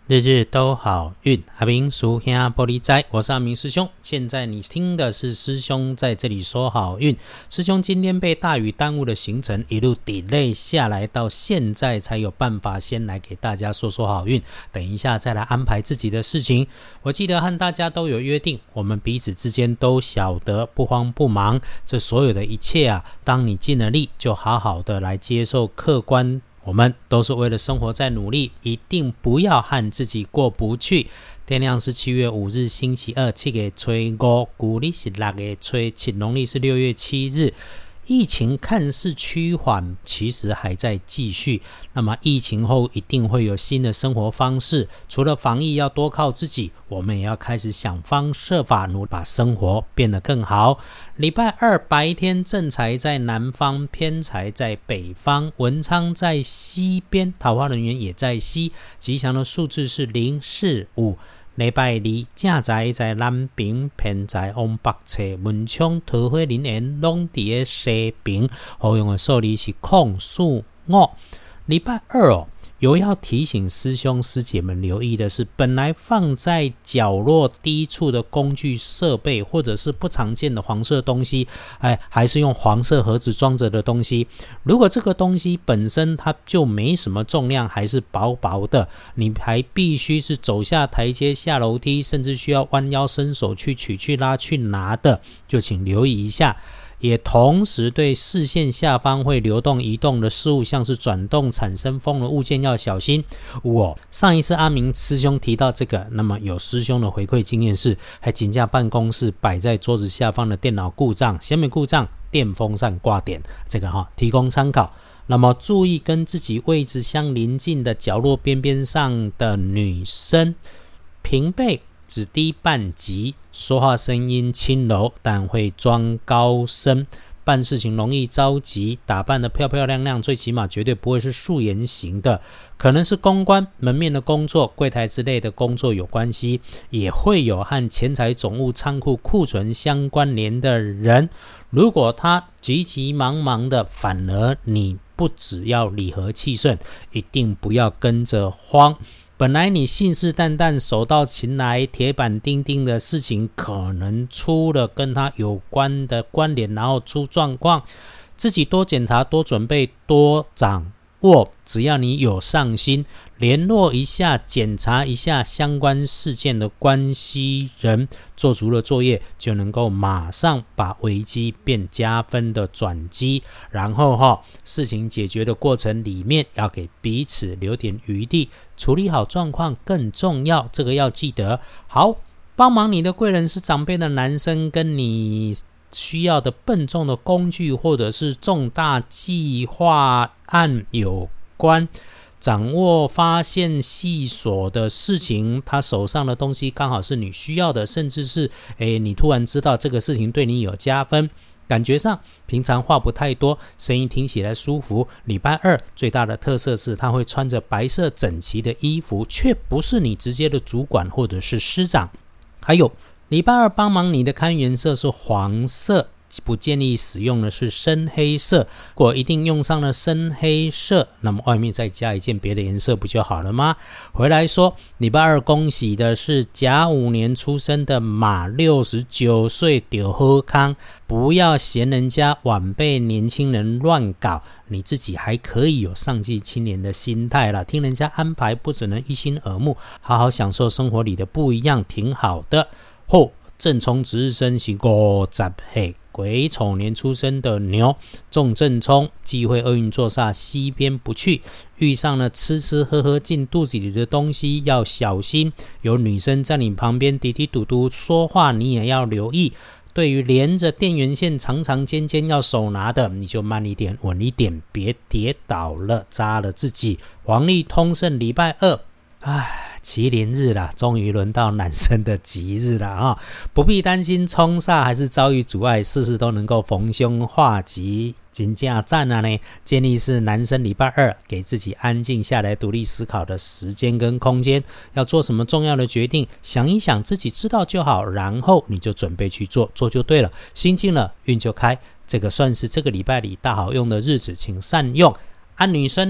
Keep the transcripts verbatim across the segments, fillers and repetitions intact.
日日都好运，阿明叔兄玻璃斋，我是阿明师兄。现在你听的是师兄在这里说好运。师兄今天被大雨耽误的行程，一路 delay 下来，到现在才有办法先来给大家说说好运。等一下再来安排自己的事情。我记得和大家都有约定，我们彼此之间都晓得不慌不忙，这所有的一切啊，当你尽了力，就好好的来接受客观。我们都是为了生活在努力，一定不要和自己过不去。天亮是七月五日星期二，七月初五，古历是六月初七，农历是六月七日。疫情看似趋缓，其实还在继续。那么疫情后一定会有新的生活方式，除了防疫要多靠自己，我们也要开始想方设法努把生活变得更好。礼拜二白天正财在南方，偏财在北方，文昌在西边，桃花人缘也在西，吉祥的数字是零四五。礼拜二正财在南边，偏财往北侧，文昌桃花人缘拢在西边，好用的数字是空数五。礼拜二哦，有要提醒师兄师姐们留意的是，本来放在角落低处的工具设备，或者是不常见的黄色东西，哎，还是用黄色盒子装着的东西，如果这个东西本身它就没什么重量，还是薄薄的，你还必须是走下台阶下楼梯，甚至需要弯腰伸手去取去拉去拿的，就请留意一下。也同时对视线下方会流动移动的事物，像是转动产生风的物件要小心。我上一次阿明师兄提到这个，那么有师兄的回馈经验是，还请假办公室摆在桌子下方的电脑故障，下面故障电风扇挂点，这个、哦、提供参考。那么注意跟自己位置相邻近的角落边边上的女生，平辈只低半级，说话声音轻柔，但会装高声，办事情容易着急，打扮得漂漂亮亮，最起码绝对不会是素颜型的，可能是公关门面的工作，柜台之类的工作有关系，也会有和钱财总务仓库库存相关联的人，如果他急急忙忙的，反而你不只要礼和气顺，一定不要跟着慌。本来你信誓旦旦手到擒来铁板钉钉的事情，可能出了跟他有关的关联，然后出状况，自己多检查多准备多掌握，只要你有上心，联络一下检查一下相关事件的关系人，做足了作业，就能够马上把危机变加分的转机。然后、哦、事情解决的过程里面要给彼此留点余地，处理好状况更重要，这个要记得。好，帮忙你的贵人是长辈的男生，跟你需要的笨重的工具或者是重大计划案有关，掌握发现细琐的事情，他手上的东西刚好是你需要的，甚至是诶你突然知道这个事情对你有加分，感觉上平常话不太多，声音听起来舒服。礼拜二最大的特色是他会穿着白色整齐的衣服，却不是你直接的主管或者是师长。还有礼拜二帮忙你的看颜色是黄色，不建议使用的是深黑色。如果一定用上了深黑色，那么外面再加一件别的颜色不就好了吗？回来说，礼拜二恭喜的是甲午年出生的马，六十九岁就好康，不要嫌人家晚辈年轻人乱搞，你自己还可以有上进青年的心态啦，听人家安排不只能一心耳目，好好享受生活里的不一样，挺好的。后正冲值日生是五十岁，癸丑年出生的牛，中正冲，忌讳厄运坐煞西边不去，遇上了吃吃喝喝进肚子里的东西要小心，有女生在你旁边嘀嘀嘟嘟说话，你也要留意。对于连着电源线长长尖尖要手拿的，你就慢一点稳一点，别跌倒了扎了自己。黄历通胜礼拜二，唉，麒麟日啦，终于轮到男生的吉日啦、哦、不必担心冲煞还是遭遇阻碍，事事都能够逢凶化吉，真正赞啊呢！建议是男生礼拜二给自己安静下来独立思考的时间跟空间，要做什么重要的决定，想一想自己知道就好，然后你就准备去做，做就对了，心静了运就开，这个算是这个礼拜里大好用的日子，请善用。啊，女生嘞，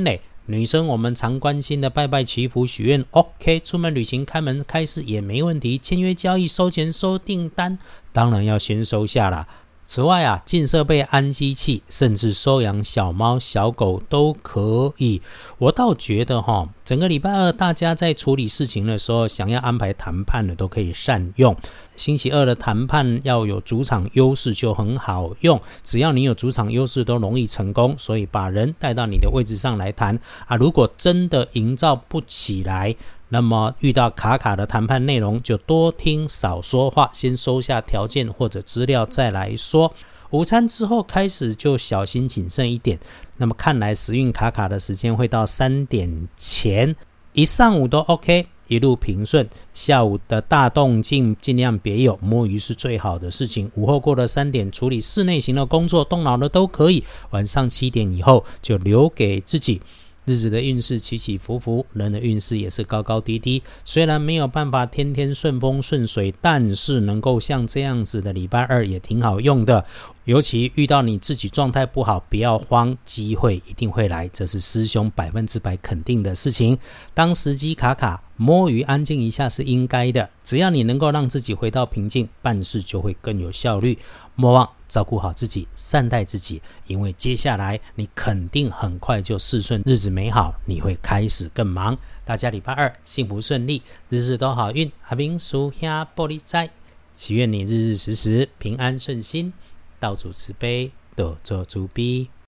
女生我们常关心的拜拜祈福许愿 OK， 出门旅行开门开市也没问题，签约交易收钱收订单当然要先收下啦。此外啊，进设备安机器，甚至收养小猫小狗都可以。我倒觉得齁，整个礼拜二大家在处理事情的时候，想要安排谈判的都可以善用。星期二的谈判要有主场优势就很好用，只要你有主场优势都容易成功，所以把人带到你的位置上来谈啊。如果真的营造不起来，那么遇到卡卡的谈判内容，就多听少说话，先收下条件或者资料再来说。午餐之后开始就小心谨慎一点。那么看来时运卡卡的时间会到三点前，一上午都 OK， 一路平顺。下午的大动静尽量别有，摸鱼是最好的事情。午后过了三点，处理室内型的工作动脑的都可以。晚上七点以后就留给自己。日子的运势起起伏伏，人的运势也是高高低低。虽然没有办法天天顺风顺水，但是能够像这样子的礼拜二也挺好用的。尤其遇到你自己状态不好，不要慌，机会一定会来，这是师兄百分之百肯定的事情。当时机卡卡，摸鱼安静一下是应该的。只要你能够让自己回到平静，办事就会更有效率。莫忘照顾好自己，善待自己，因为接下来你肯定很快就事顺，日子美好，你会开始更忙。大家礼拜二幸福顺利，日日都好运。阿明叔兄玻璃斋，祈愿你日日时时平安顺心，道主慈悲，多做主逼。